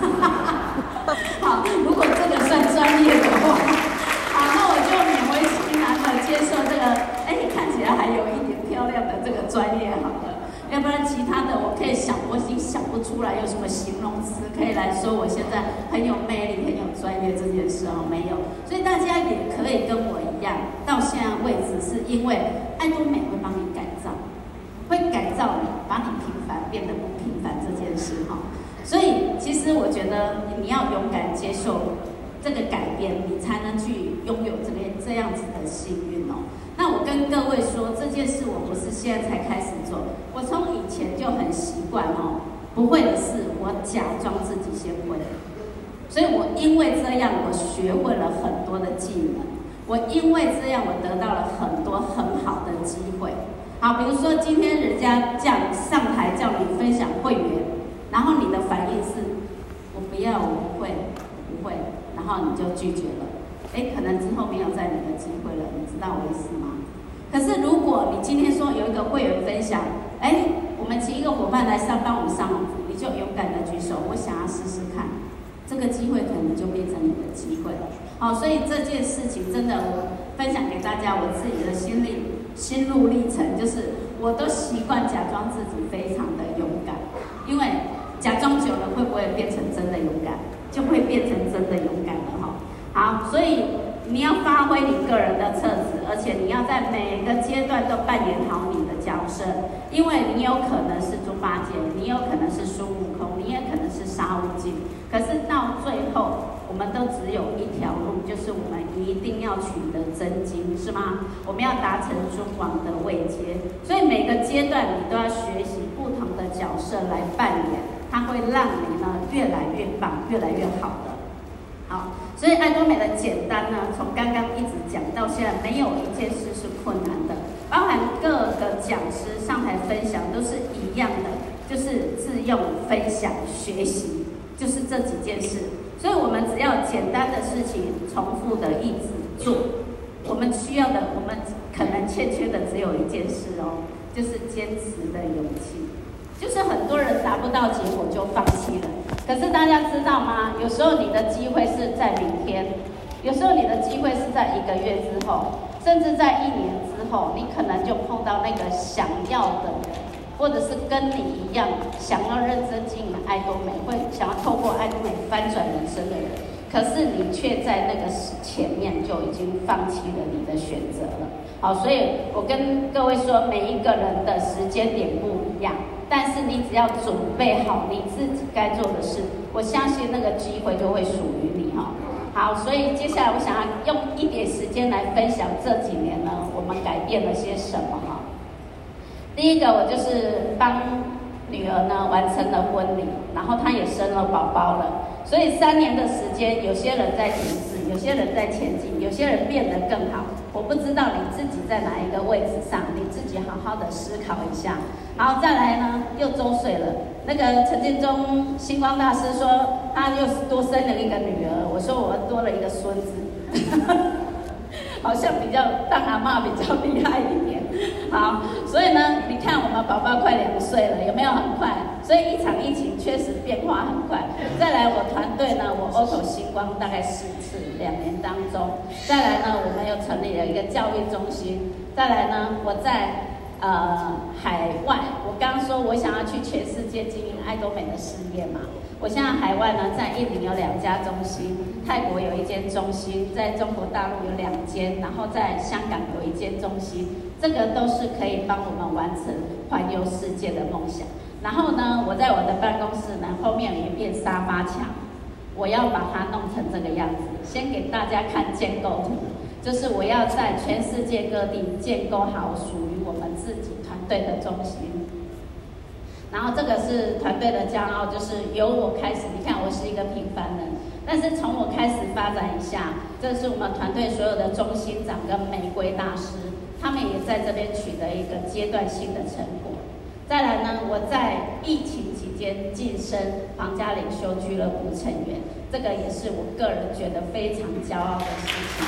好，如果这个算专业的话，好，那我就勉为其难的接受这个，看起来还有一点漂亮的这个专业好了。要不然其他的我已经想不出来有什么形容词可以来说我现在很有魅力、很有专业这件事哦，没有。所以大家也可以跟我一样，到现在为止是因为爱多美会帮你改造，会改造你，把你平凡变得不平凡这件事哈。所以其实我觉得你要勇敢接受这个改变，你才能去拥有这样子的幸运哦。那我跟各位说，这件事我不是现在才开始做，我从以前就很习惯哦。不会的事，我假装自己先会。所以我因为这样，我学会了很多的技能。我因为这样，我得到了很多很好的机会。好，比如说今天人家上台叫你分享会员，然后你的反应是，我不要，我不会，然后你就拒绝了。可能之后没有再你的机会了，你知道我意思吗？可是如果你今天说有一个会员分享，我们请一个伙伴来帮我们上，你就勇敢的举手，我想要试试看，这个机会可能就变成你的机会了。好，所以这件事情真的我分享给大家我自己的心路历程，就是我都习惯假装自己非常的勇敢，因为假装久了会不会变成真的勇敢？就会变成真的勇敢了哈。好，所以你要发挥你个人的特质，而且你要在每个阶段都扮演好你的角色，因为你有可能是猪八戒，你有可能是孙悟空，你也可能是沙悟净，可是到最后我们都只有一条路，就是我们一定要取得真经，是吗？我们要达成尊王的位阶，所以每个阶段你都要学习不同的角色来扮演，它会让你呢越来越棒，越来越好的。好，所以爱多美的简单呢，从刚刚一直讲到现在，没有一件事是困难的，包含各个讲师上台分享都是一样的，就是自用、分享、学习，就是这几件事。所以我们只要简单的事情重复的一直做，我们需要的，我们可能欠缺的只有一件事哦，就是坚持的勇气。就是很多人达不到结果就放弃了，可是大家知道吗？有时候你的机会是在明天，有时候你的机会是在1个月之后，甚至在1年之后，你可能就碰到那个想要的人，或者是跟你一样想要认真经营爱多美，会想要透过爱多美翻转人生的人，可是你却在那个前面就已经放弃了你的选择了。好，所以我跟各位说，每一个人的时间点不一样，但是你只要准备好你自己该做的事，我相信那个机会就会属于你哈。好，所以接下来我想要用一点时间来分享这几年呢，我们改变了些什么哈。第一个，我就是帮女儿呢完成了婚礼，然后她也生了宝宝了，所以3年的时间，有些人在停滞，有些人在前进，有些人变得更好。我不知道你自己在哪一个位置上，你自己好好的思考一下。好，再来呢，又周岁了。那个陈建中星光大师说，他又多生了一个女儿，我说我多了一个孙子。 好像比较当阿嬷比较厉害一点。好，所以呢，你看我们宝宝快2岁了，有没有很快？所以一场疫情确实变化很快。再来，我团队呢，我 Auto 星光大概4次，2年当中。再来呢，我们又成立了一个教育中心。再来呢，我在海外，我刚刚说我想要去全世界经营爱多美的事业嘛。我现在海外呢，在印尼有2家中心，泰国有1间中心，在中国大陆有2间，然后在香港有1间中心，这个都是可以帮我们完成环游世界的梦想。然后呢，我在我的办公室呢，后面有一面沙发墙，我要把它弄成这个样子。先给大家看建构图，就是我要在全世界各地建构好属于我们自己团队的中心。然后这个是团队的骄傲，就是由我开始。你看，我是一个平凡人，但是从我开始发展一下，这是我们团队所有的中心长跟玫瑰大师，他们也在这边取得一个阶段性的成果。再来呢，我在疫情期间晋升皇家领袖俱乐部成员，这个也是我个人觉得非常骄傲的事情。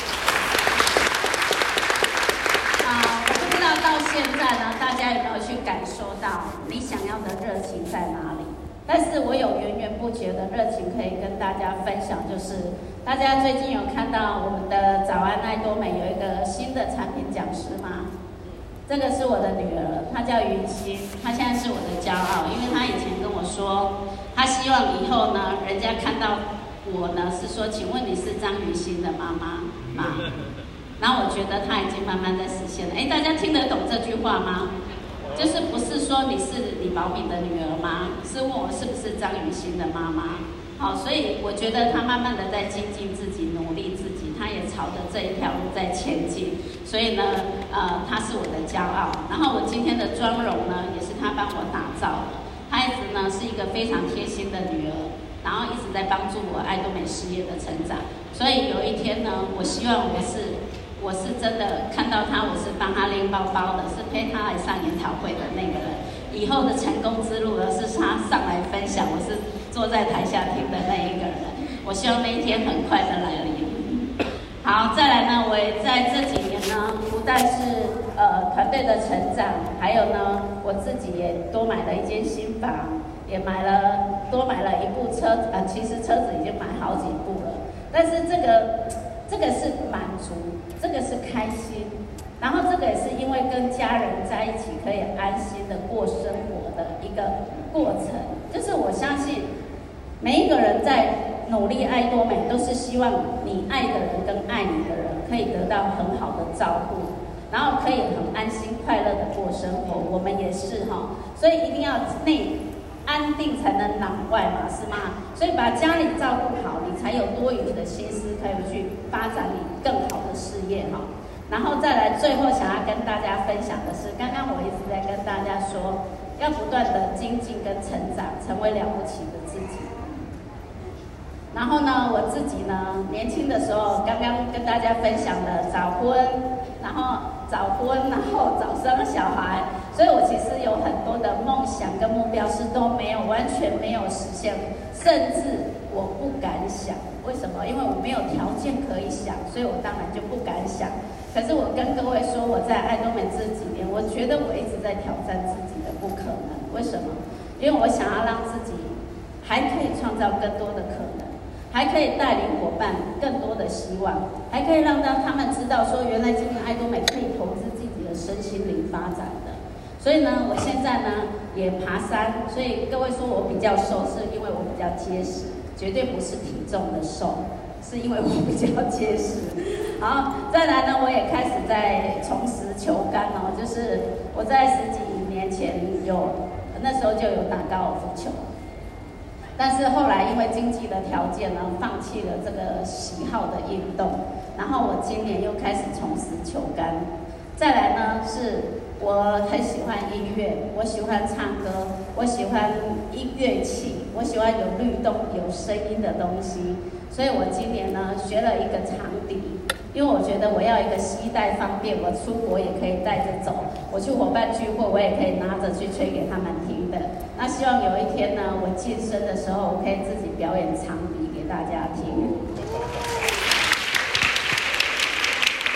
到现在呢，大家有没有去感受到你想要的热情在哪里？但是我有源源不绝的热情可以跟大家分享，就是大家最近有看到我们的早安爱多美有一个新的产品讲师吗？这个是我的女儿，她叫云欣，她现在是我的骄傲，因为她以前跟我说，她希望以后呢，人家看到我呢是说，请问你是张雨欣的妈妈吗？然后我觉得他已经慢慢在实现了。哎，大家听得懂这句话吗？就是不是说你是李宝敏的女儿吗？是问我是不是张雨欣的妈妈？好，所以我觉得他慢慢的在精进自己，努力自己，他也朝着这一条路在前进。所以呢，他是我的骄傲。然后我今天的妆容呢，也是他帮我打造的。他一直呢是一个非常贴心的女儿，然后一直在帮助我爱多美事业的成长。所以有一天呢，我希望我是真的看到他，我是帮他拎包包的，是陪他来上研讨会的那个人。以后的成功之路呢，是他上来分享，我是坐在台下听的那一个人。我希望那一天很快的来临。好，再来呢，我也在这几年呢，不但是团队的成长，还有呢，我自己也多买了1间新房，也多买了1部车，其实车子已经买好几部了，但是这个是满足，这个是开心，然后这个也是因为跟家人在一起可以安心的过生活的一个过程。就是我相信每一个人在努力爱多美，都是希望你爱的人跟爱你的人可以得到很好的照顾，然后可以很安心快乐的过生活。我们也是哈，所以一定要内安定才能攘外嘛，是吗？所以把家里照顾好，你才有多余的心思可以去发展你更好的事业哈。然后再来，最后想要跟大家分享的是，刚刚我一直在跟大家说，要不断的精进跟成长，成为了不起的自己。然后呢，我自己呢，年轻的时候，刚刚跟大家分享了早婚，然后早生小孩，所以我其实有很多的梦想跟目标是都完全没有实现，甚至我不敢想。为什么？因为我没有条件可以想，所以我当然就不敢想。可是我跟各位说，我在爱多美这几年，我觉得我一直在挑战自己的不可能。为什么？因为我想要让自己还可以创造更多的可能。还可以带领伙伴更多的希望，还可以让他们知道说，原来经营爱多美可以投资自己的身心灵发展的。所以呢，我现在呢也爬山，所以各位说我比较瘦，是因为我比较结实，绝对不是体重的瘦，是因为我比较结实。好，再来呢，我也开始在重拾球杆哦，就是我在10几年前那时候就有打高尔夫球。但是后来因为经济的条件呢，放弃了这个喜好的运动。然后我今年又开始重拾球杆。再来呢，是我很喜欢音乐，我喜欢唱歌，我喜欢乐器，我喜欢有律动、有声音的东西。所以我今年呢学了一个长笛，因为我觉得我要一个携带方便，我出国也可以带着走，我去伙伴聚会我也可以拿着去吹给他们听的。那希望有一天呢，我晋升的时候，我可以自己表演长笛给大家听。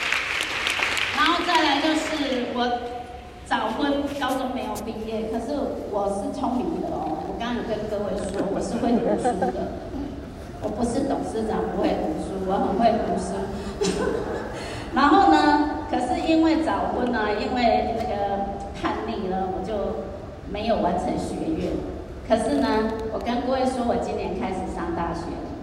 我早婚，高中没有毕业，可是我是聪明的哦。我刚刚有跟各位说，我是会读书的，我不是董事长不会读书，我很会读书。然后呢，可是因为早婚呢，因为那个叛逆了，我就没有完成学业。可是呢，我跟各位说，我今年开始上大学了。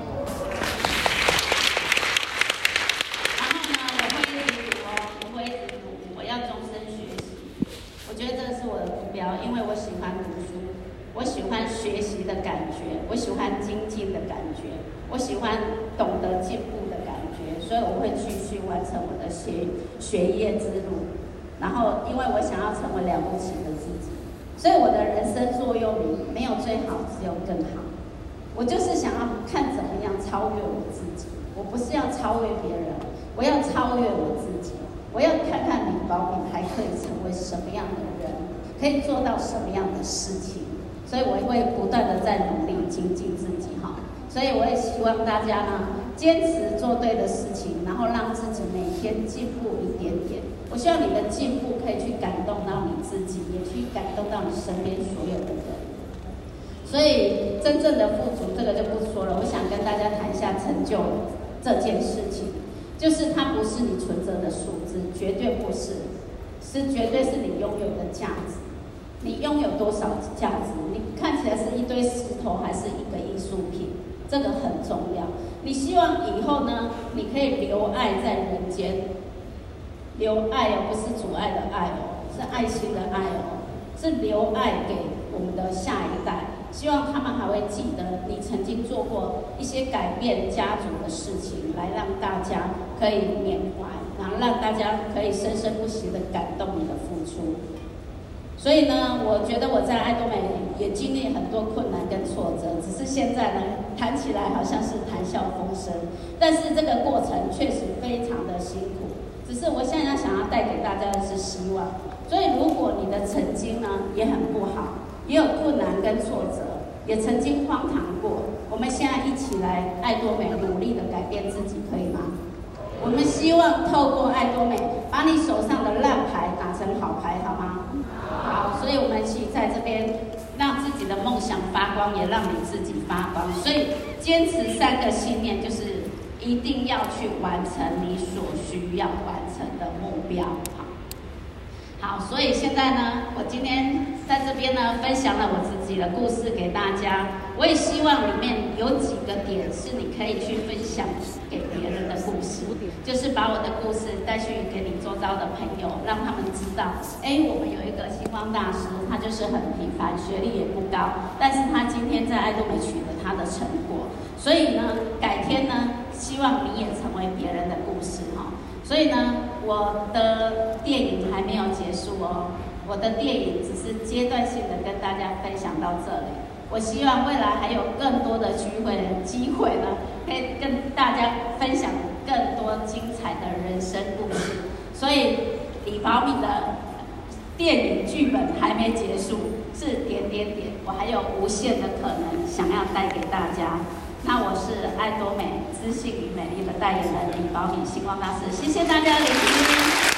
然后呢，我会一直读哦，我会一直读，我要终身学习。我觉得这个是我的目标，因为我喜欢读书，我喜欢学习的感觉，我喜欢精进的感觉，我喜欢懂得进步的感觉，所以我会继续完成我的学业之路。然后，因为我想要成为了不起的自己。所以我的人生座右铭没有最好，只有更好。我就是想要看怎么样超越我自己。我不是要超越别人，我要超越我自己。我要看看李宝敏还可以成为什么样的人，可以做到什么样的事情。所以我会不断的在努力精进自己哈。所以我也希望大家呢，坚持做对的事情，然后让自己每天进步一点点。我希望你的进步可以去感动到你自己，也去感动到你身边所有的人。所以真正的富足，这个就不说了。我想跟大家谈一下成就这件事情，就是它不是你存折的数字，绝对不是，绝对是你拥有的价值。你拥有多少价值？你看起来是一堆石头，还是一个艺术品？这个很重要。你希望以后呢，你可以留爱在人间。留爱哦，不是阻碍的爱哦，是爱心的爱哦，是留爱给我们的下一代。希望他们还会记得你曾经做过一些改变家族的事情，来让大家可以缅怀，然后让大家可以生生不息的感动你的付出。所以呢，我觉得我在爱多美也经历很多困难跟挫折，只是现在呢，谈起来好像是谈笑风生，但是这个过程确实非常的辛苦。只是我现在想要带给大家的是希望，所以如果你的曾经呢也很不好，也有困难跟挫折，也曾经荒唐过，我们现在一起来爱多美努力的改变自己，可以吗？我们希望透过爱多美，把你手上的烂牌打成好牌，好吗？好，所以我们一起在这边让自己的梦想发光，也让你自己发光。所以坚持3个信念，就是一定要去完成你所需要完成的目标。好，所以现在呢，我今天在这边呢，分享了我自己的故事给大家。我也希望里面有几个点是你可以去分享给别人的故事，就是把我的故事带去给你周遭的朋友，让他们知道，我们有一个星光大师，他就是很平凡，学历也不高，但是他今天在爱多美取得他的成果。所以呢，改天呢，希望你也成为别人的故事哈。所以呢，我的电影还没有结束哦，我的电影只是阶段性的跟大家分享到这里。我希望未来还有更多的机会呢，可以跟大家分享更多精彩的人生故事。所以李宝敏的电影剧本还没结束，是点，我还有无限的可能想要带给大家。那我是爱多美知性与美丽的代言人李宝敏星光大师，谢谢大家的聆听。